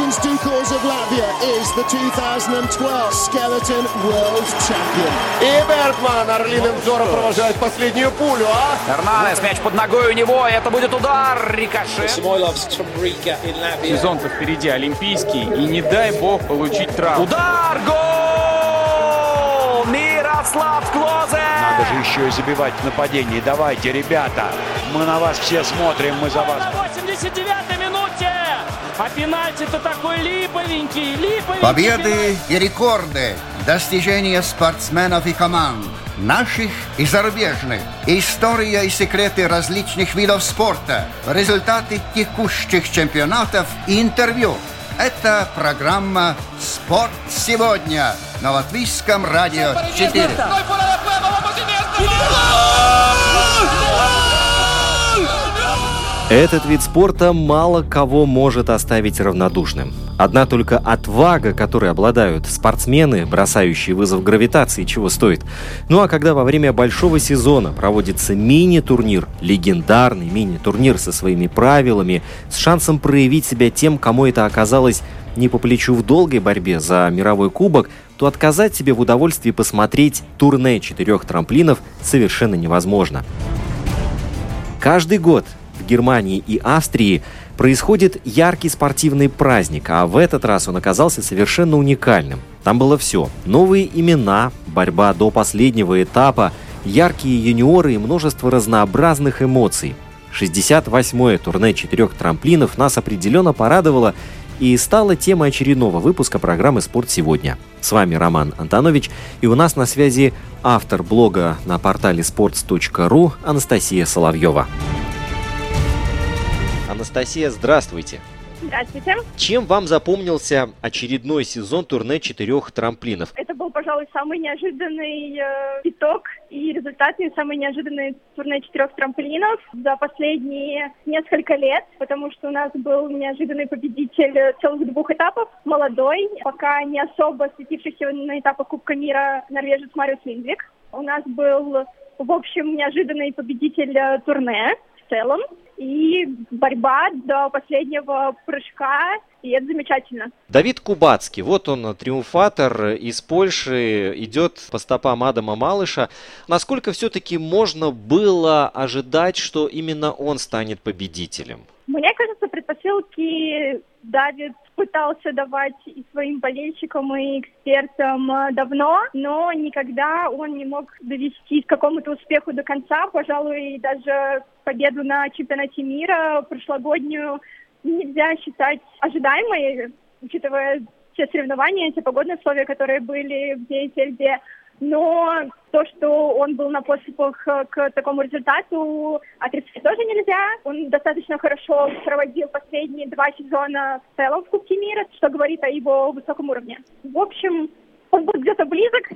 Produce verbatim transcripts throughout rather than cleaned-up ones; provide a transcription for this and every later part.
Martins Dukals of Latvia is the two thousand twelve Skeleton World Champion. И Бергман, орлиным взором провожает последнюю пулю, а? Эрнанес, мяч под ногой у него, это будет удар, рикошет. Сезон-то впереди олимпийский, и не дай бог получить травму. Удар, гол! Мирослав Клозе! Надо же еще и забивать в нападении. Давайте, ребята, мы на вас все смотрим, мы за вас. На восемьдесят девятой минуте! А пенальти-то такой липовенький, липовенький. Победы и рекорды, достижения спортсменов и команд, наших и зарубежных, история и секреты различных видов спорта, результаты текущих чемпионатов и интервью. Это программа «Спорт сегодня» на Латвийском радио четыре. Этот вид спорта мало кого может оставить равнодушным. Одна только отвага, которой обладают спортсмены, бросающие вызов гравитации, чего стоит. Ну а когда во время большого сезона проводится мини-турнир, легендарный мини-турнир со своими правилами, с шансом проявить себя тем, кому это оказалось не по плечу в долгой борьбе за мировой кубок, то отказать себе в удовольствии посмотреть турне четырех трамплинов совершенно невозможно. Каждый год в Германии и Австрии происходит яркий спортивный праздник, а в этот раз он оказался совершенно уникальным. Там было все. Новые имена, борьба до последнего этапа, яркие юниоры и множество разнообразных эмоций. шестьдесят восьмое турне четырех трамплинов нас определенно порадовало и стала темой очередного выпуска программы «Спорт сегодня». С вами Роман Антонович, и у нас на связи автор блога на портале спортс точка ру Анастасия Соловьева. Анастасия, здравствуйте. Здравствуйте. Чем вам запомнился очередной сезон турне четырех трамплинов? Это был, пожалуй, самый неожиданный э, итог и результаты, самый неожиданный турне четырех трамплинов за последние несколько лет, потому что у нас был неожиданный победитель целых двух этапов, молодой, пока не особо светившийся на этапах Кубка мира норвежец Мариус Линдвик. У нас был, в общем, неожиданный победитель турне в целом. И борьба до последнего прыжка, и это замечательно. Давид Кубацкий, вот он, триумфатор из Польши, идет по стопам Адама Малыша. Насколько все-таки можно было ожидать, что именно он станет победителем? Мне кажется, предпосылки Давид пытался давать и своим болельщикам, и экспертам давно, но никогда он не мог довести к какому-то успеху до конца. Пожалуй, даже победу на чемпионате мира прошлогоднюю нельзя считать ожидаемой, учитывая те соревнования, те погодные условия, которые были в Зейтельде. Но то, что он был на подступах к такому результату, отрицать тоже нельзя. Он достаточно хорошо проводил последние два сезона в целом в Кубке мира, что говорит о его высоком уровне. В общем, он был где-то близок,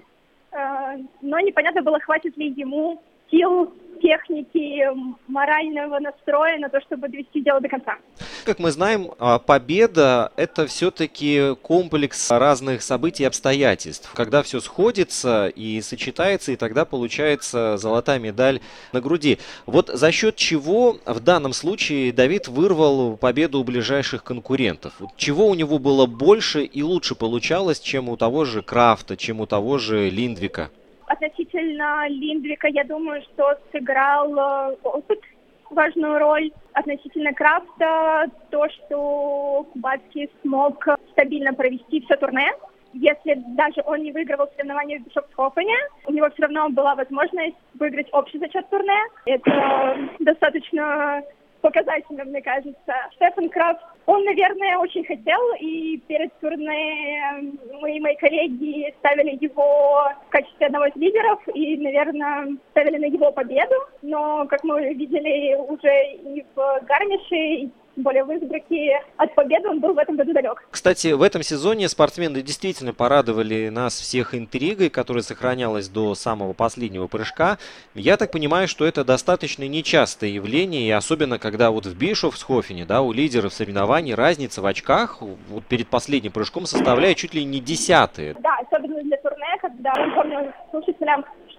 но непонятно было, хватит ли ему сил, техники, морального настроя на то, чтобы довести дело до конца. Как мы знаем, победа – это все-таки комплекс разных событий и обстоятельств. Когда все сходится и сочетается, и тогда получается золотая медаль на груди. Вот за счет чего в данном случае Давид вырвал победу у ближайших конкурентов? Чего у него было больше и лучше получалось, чем у того же Крафта, чем у того же Линдвика? Относительно Линдвика, я думаю, что сыграл э, опыт важную роль. Относительно Крафта, то, что Кубацкий смог стабильно провести все турне. Если даже он не выигрывал соревнования в Бишофсхофене, у него все равно была возможность выиграть общий зачет турне. Это достаточно показательно, мне кажется. Стефан Крафт, он, наверное, очень хотел, и перед турне мы и мои коллеги ставили его в качестве одного из лидеров, и, наверное, ставили на его победу. Но, как мы видели уже и в Гармише, и более в Инсбруке, от победы он был в этом году далек. Кстати, в этом сезоне спортсмены действительно порадовали нас всех интригой, которая сохранялась до самого последнего прыжка. Я так понимаю, что это достаточно нечастое явление, и особенно когда вот в Бишофсхофене, да, у лидеров соревнований разница в очках вот перед последним прыжком составляет чуть ли не десятые. Да, особенно для турне, когда, я помню слушателям,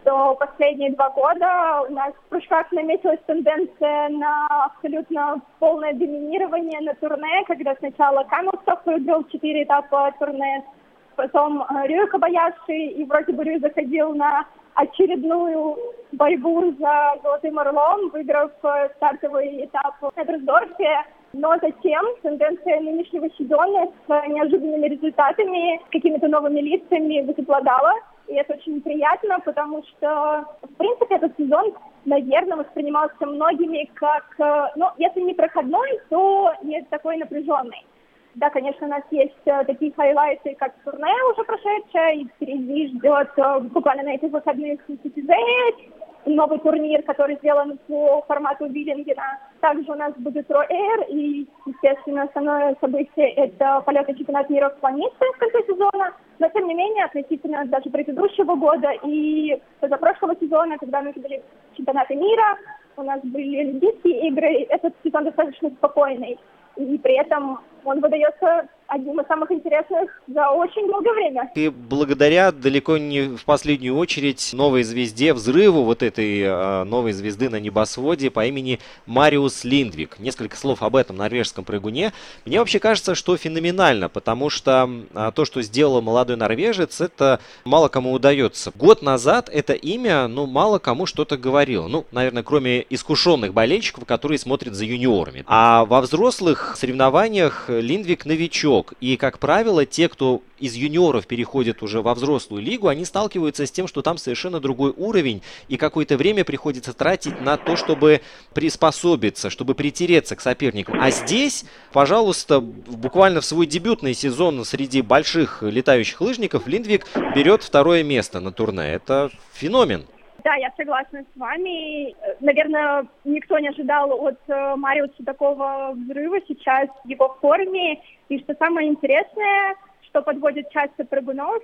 что последние два года у нас в прыжках наметилась тенденция на абсолютно полное доминирование на турне, когда сначала Камилстов выиграл четыре этапа турне, потом Рюя Кобаяши, и вроде бы Рюя заходил на очередную борьбу за золотым орлом, выиграв стартовый этап в Эберсдорфе. Но затем тенденция нынешнего сезона с неожиданными результатами, с какими-то новыми лицами возобладала. И это очень приятно, потому что, в принципе, этот сезон, наверное, воспринимался многими как, ну, если не проходной, то не такой напряженный. Да, конечно, у нас есть такие хайлайты, как турне уже прошедшее, и впереди ждет буквально на этих выходных Сити-Зейт, новый турнир, который сделан по формату Виллингена. Также у нас будет Ро-Эйр, и, естественно, основное событие – это полет на чемпионат мира в планице в конце сезона. Но, тем не менее, относительно даже предыдущего года и позапрошлого сезона, когда мы были чемпионаты мира, у нас были Олимпийские игры, этот сезон достаточно спокойный. И при этом он выдается одним из самых интересных за очень долгое время. И благодаря далеко не в последнюю очередь новой звезде, взрыву вот этой э, новой звезды на небосводе по имени Мариус Линдвик. Несколько слов об этом норвежском прыгуне. Мне вообще кажется, что феноменально, потому что э, то, что сделал молодой норвежец, это мало кому удается. Год назад это имя, ну, мало кому что-то говорило. Ну, наверное, кроме искушенных болельщиков, которые смотрят за юниорами. А во взрослых соревнованиях Линдвик новичок. И, как правило, те, кто из юниоров переходит уже во взрослую лигу, они сталкиваются с тем, что там совершенно другой уровень, и какое-то время приходится тратить на то, чтобы приспособиться, чтобы притереться к соперникам. А здесь, пожалуйста, буквально в свой дебютный сезон среди больших летающих лыжников Линдвик берет второе место на турне. Это феномен. Да, я согласна с вами. Наверное, никто не ожидал от э, Мариуса такого взрыва сейчас в его форме. И что самое интересное, что подводит часто прыгунов,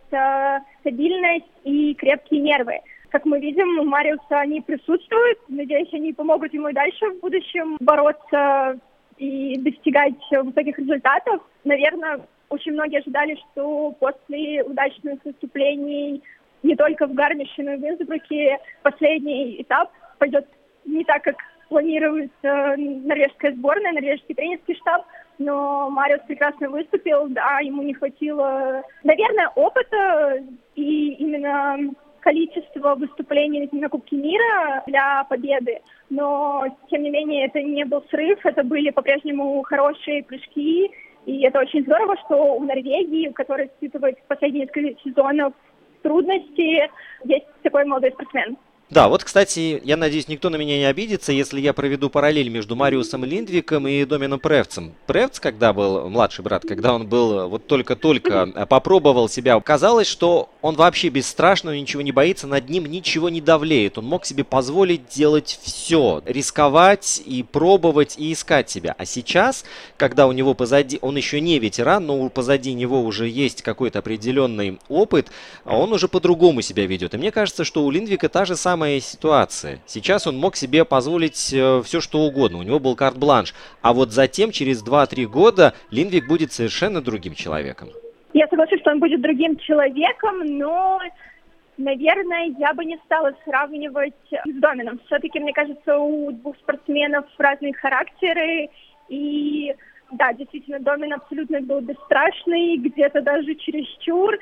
это стабильность и крепкие нервы. Как мы видим, у Мариуса они присутствуют. Надеюсь, они помогут ему и дальше в будущем бороться и достигать высоких результатов. Наверное, очень многие ожидали, что после удачных выступлений не только в Гармише, но и в Инсбруке последний этап пойдет не так, как планирует э, норвежская сборная, норвежский тренерский штаб, но Мариус прекрасно выступил, да, ему не хватило, наверное, опыта и именно количества выступлений на Кубке мира для победы, но, тем не менее, это не был срыв, это были по-прежнему хорошие прыжки, и это очень здорово, что у Норвегии, у которой испытывает последние несколько сезонов трудности, есть такой молодой спортсмен. Да, вот, кстати, я надеюсь, никто на меня не обидится, если я проведу параллель между Мариусом Линдвиком и Домином Превцем. Превц, когда был младший брат, когда он был вот только-только попробовал себя, казалось, что он вообще бесстрашно, ничего не боится, над ним ничего не давлеет. Он мог себе позволить делать все, рисковать и пробовать и искать себя. А сейчас, когда у него позади, он еще не ветеран, но позади него уже есть какой-то определенный опыт, он уже по-другому себя ведет. И мне кажется, что у Линдвика та же самая ситуация. Сейчас он мог себе позволить э, все, что угодно. У него был карт-бланш. А вот затем, через два-три года, Линдвик будет совершенно другим человеком. Я соглашусь, что он будет другим человеком, но, наверное, я бы не стала сравнивать с Домином. Все-таки, мне кажется, у двух спортсменов разные характеры. И, да, действительно, Домин абсолютно был бесстрашный, где-то даже чересчур.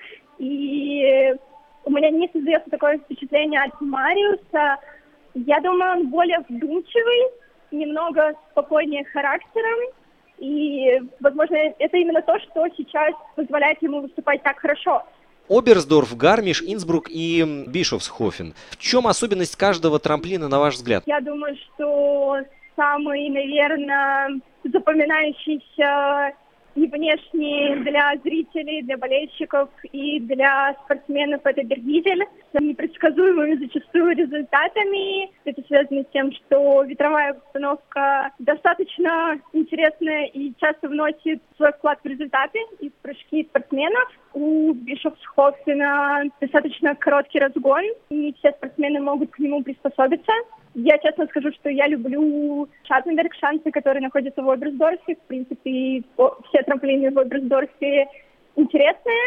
И у меня не создается такое впечатление от Мариуса. Я думаю, он более вдумчивый, немного спокойнее характером. И, возможно, это именно то, что сейчас позволяет ему выступать так хорошо. Оберсдорф, Гармиш, Инсбрук и Бишофсхофен. В чем особенность каждого трамплина, на ваш взгляд? Я думаю, что самый, наверное, запоминающийся и внешне для зрителей, для болельщиков и для спортсменов это Бергизель с непредсказуемыми зачастую результатами. Это связано с тем, что ветровая обстановка достаточно интересная и часто вносит свой вклад в результаты и в прыжки спортсменов. У Бишофсхофена достаточно короткий разгон, и не все спортсмены могут к нему приспособиться. Я честно скажу, что я люблю Шаттенберг, шансы, которые находятся в Оберсдорфе. В принципе, все трамплины в Оберсдорфе интересные.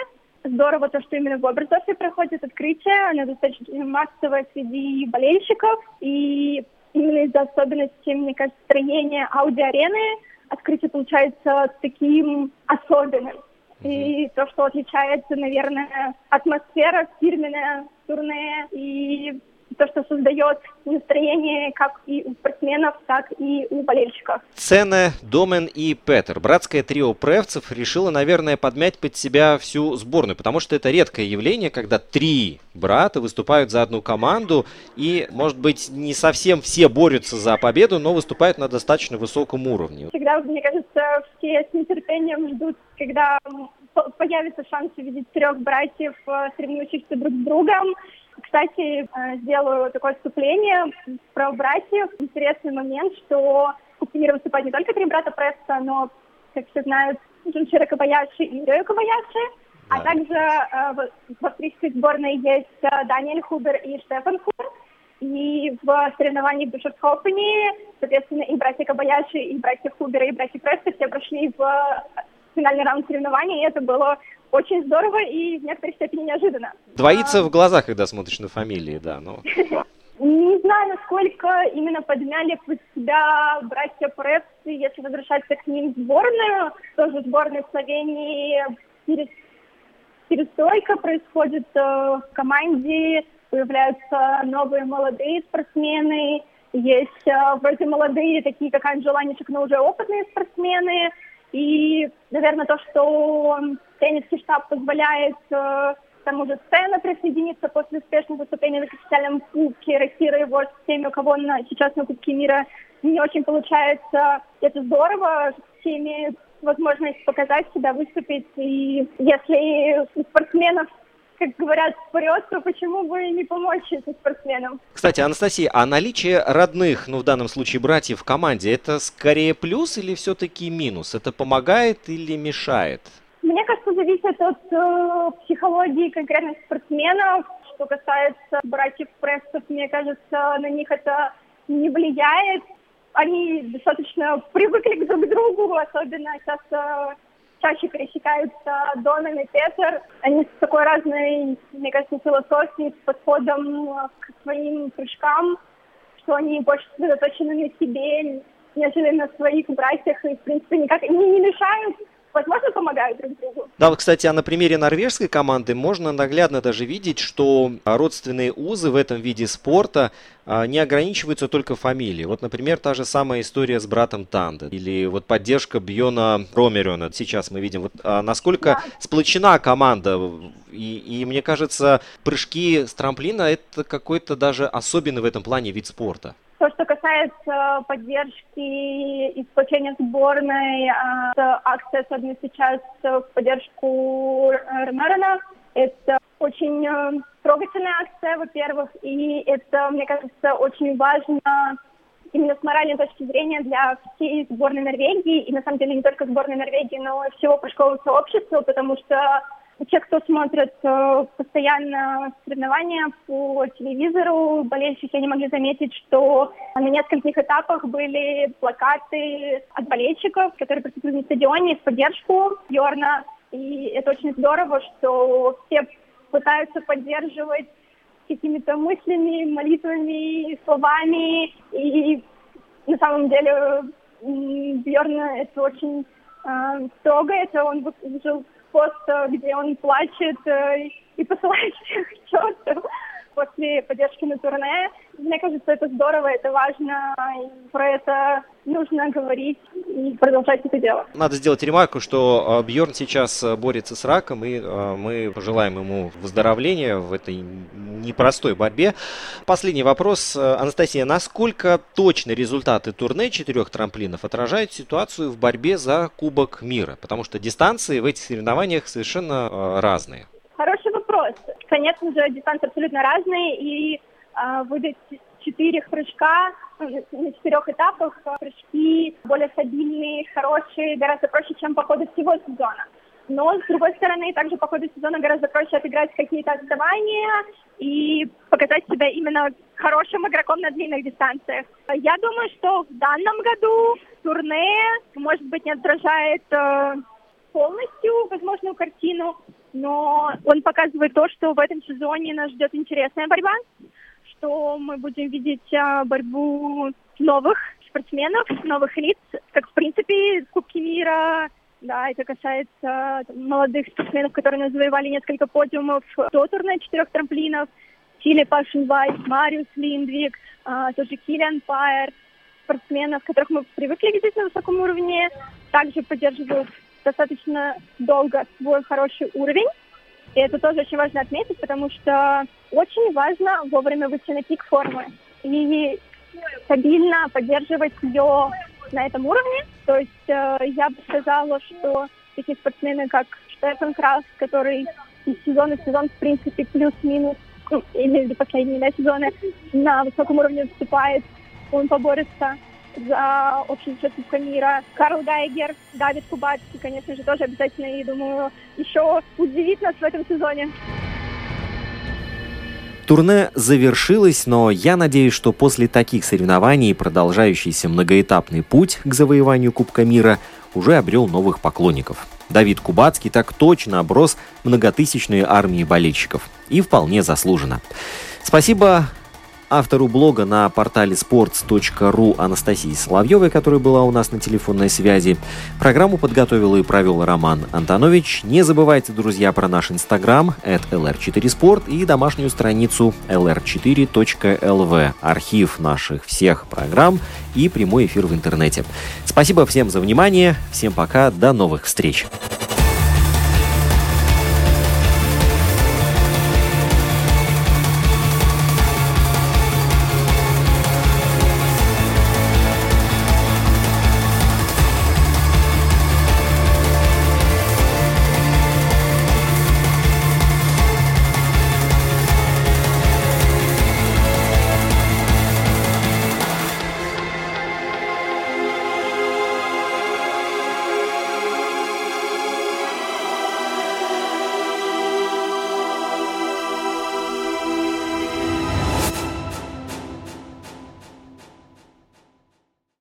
здорово то, что именно в Оберсдорфе проходит открытие. Оно достаточно массовое среди болельщиков. И именно из-за особенностей, мне кажется, строения аудиарены открытие получается таким особенным. И то, что отличается, наверное, атмосфера, фирменное турне и то, что создает настроение как и у спортсменов, так и у болельщиков. Цене, Домен и Петер. Братское трио превцев решило, наверное, подмять под себя всю сборную, потому что это редкое явление, когда три брата выступают за одну команду, и, может быть, не совсем все борются за победу, но выступают на достаточно высоком уровне. Всегда, мне кажется, все с нетерпением ждут, когда появится шанс увидеть трех братьев, соревнующихся друг с другом. Кстати, сделаю такое вступление про братьев. Интересный момент, что в Кубке мира выступают не только три брата Пресса, но, как все знают, Джунширо Кобаяши и Рёю Кобаяши. Да. А также э, в австрийской сборной есть Даниэль Хубер и Штефан Хубер. И в соревновании в Бишофсхофене, соответственно, и братья Кобаяши, и братья Хубера, и братья Пресса все прошли в финальный раунд соревнований, и это было очень здорово и в некоторой степени неожиданно. Двоится а... в глазах, когда смотришь на фамилии, да. Но... Не знаю, насколько именно подняли под себя братья Прессы, если возвращаться к ним в сборную. Тоже сборная Словении перестройка происходит в команде, появляются новые молодые спортсмены, есть вроде молодые, такие как Анджела Анишек, но уже опытные спортсмены. И, наверное, то, что тренерский штаб позволяет э, тому же Цене присоединиться после успешного выступления в официальном кубке, ротируя его с теми, у кого на, сейчас на Кубке мира не очень получается. Это здорово, все имеют возможность показать себя, выступить. И если у спортсменов, как говорят, вперед, то почему бы не помочь этим спортсменам? Кстати, Анастасия, а наличие родных, ну в данном случае братьев в команде, это скорее плюс или все-таки минус? Это помогает или мешает? Мне кажется, зависит от э, психологии конкретных спортсменов. Что касается братьев Прессов, мне кажется, на них это не влияет. Они достаточно привыкли друг к другу, особенно часто... чаще пересекаются Донан и Петер. Они с такой разной, мне кажется, философией, с подходом к своим прыжкам, что они больше сосредоточены на себе, нежели на своих братьях, и, в принципе, никак не, не мешают, возможно, помогают друг другу. Да, вот, кстати, а на примере норвежской команды можно наглядно даже видеть, что родственные узы в этом виде спорта не ограничиваются только фамилией. Вот, например, та же самая история с братом Танде. Или вот поддержка Бьона Ромерена. Сейчас мы видим, вот, а насколько да. сплочена команда. И, и мне кажется, прыжки с трамплина – это какой-то даже особенный в этом плане вид спорта. То, что касается поддержки и сплочения сборной, акция, особенно сейчас, в поддержку Ромерена, это очень трогательная акция, во-первых, и это, мне кажется, очень важно именно с моральной точки зрения для всей сборной Норвегии, и на самом деле не только сборной Норвегии, но и всего прыжкового сообщества, потому что те, кто смотрит постоянно соревнования по телевизору, болельщики, они могли заметить, что на нескольких этапах были плакаты от болельщиков, которые присутствовали на стадионе в поддержку Бьорна. И это очень здорово, что все пытаются поддерживать какими-то мыслями, молитвами, словами. И на самом деле Бьорн это очень э, трогает. Он выложил пост, где он плачет э, и посылает всех к черту после поддержки на турне. Мне кажется, это здорово, это важно, и про это нужно говорить и продолжать это дело. Надо сделать ремарку, что Бьорн сейчас борется с раком, и мы пожелаем ему выздоровления в этой непростой борьбе. Последний вопрос. Анастасия, насколько точно результаты турне четырех трамплинов отражают ситуацию в борьбе за Кубок мира? Потому что дистанции в этих соревнованиях совершенно разные. Хороший вопрос. Конечно же, дистанции абсолютно разные, и э, выдать четыре прыжка на четырех этапах, прыжки более стабильные, хорошие, гораздо проще, чем по ходу всего сезона. Но, с другой стороны, также по ходу сезона гораздо проще отыграть какие-то отставания и показать себя именно хорошим игроком на длинных дистанциях. Я думаю, что в данном году турне, может быть, не отражает э, полностью возможную картину, но он показывает то, что в этом сезоне нас ждет интересная борьба, что мы будем видеть борьбу новых спортсменов, новых лиц, как в принципе Кубки мира. Да, это касается там, молодых спортсменов, которые завоевали несколько подиумов до турне четырех трамплинов. Филипп Ашенвайс, Мариус Линдвик, а, тоже Киллиан Пайер. Спортсменов, которых мы привыкли видеть на высоком уровне, также поддерживают достаточно долго свой хороший уровень. И это тоже очень важно отметить, потому что очень важно вовремя выйти на пик формы и стабильно поддерживать ее на этом уровне. То есть э, я бы сказала, что такие спортсмены, как Штефан Крафт, который из сезона в сезон, в принципе, плюс-минус, ну, или последние да, сезоны на высоком уровне выступает, он поборется за общий счет Кубка мира. Карл Гайгер, Давид Кубацкий, конечно же, тоже обязательно, и думаю, еще удивит нас в этом сезоне. Турне завершилось, но я надеюсь, что после таких соревнований продолжающийся многоэтапный путь к завоеванию Кубка мира уже обрел новых поклонников. Давид Кубацкий так точно оброс многотысячной армией болельщиков. И вполне заслуженно. Спасибо автору блога на портале sports точка ru Анастасии Соловьевой, которая была у нас на телефонной связи. Программу подготовил и провел Роман Антонович. Не забывайте, друзья, про наш инстаграм эт эл эр четыре спорт и домашнюю страницу эл эр четыре точка эл ви, архив наших всех программ и прямой эфир в интернете. Спасибо всем за внимание. Всем пока. До новых встреч.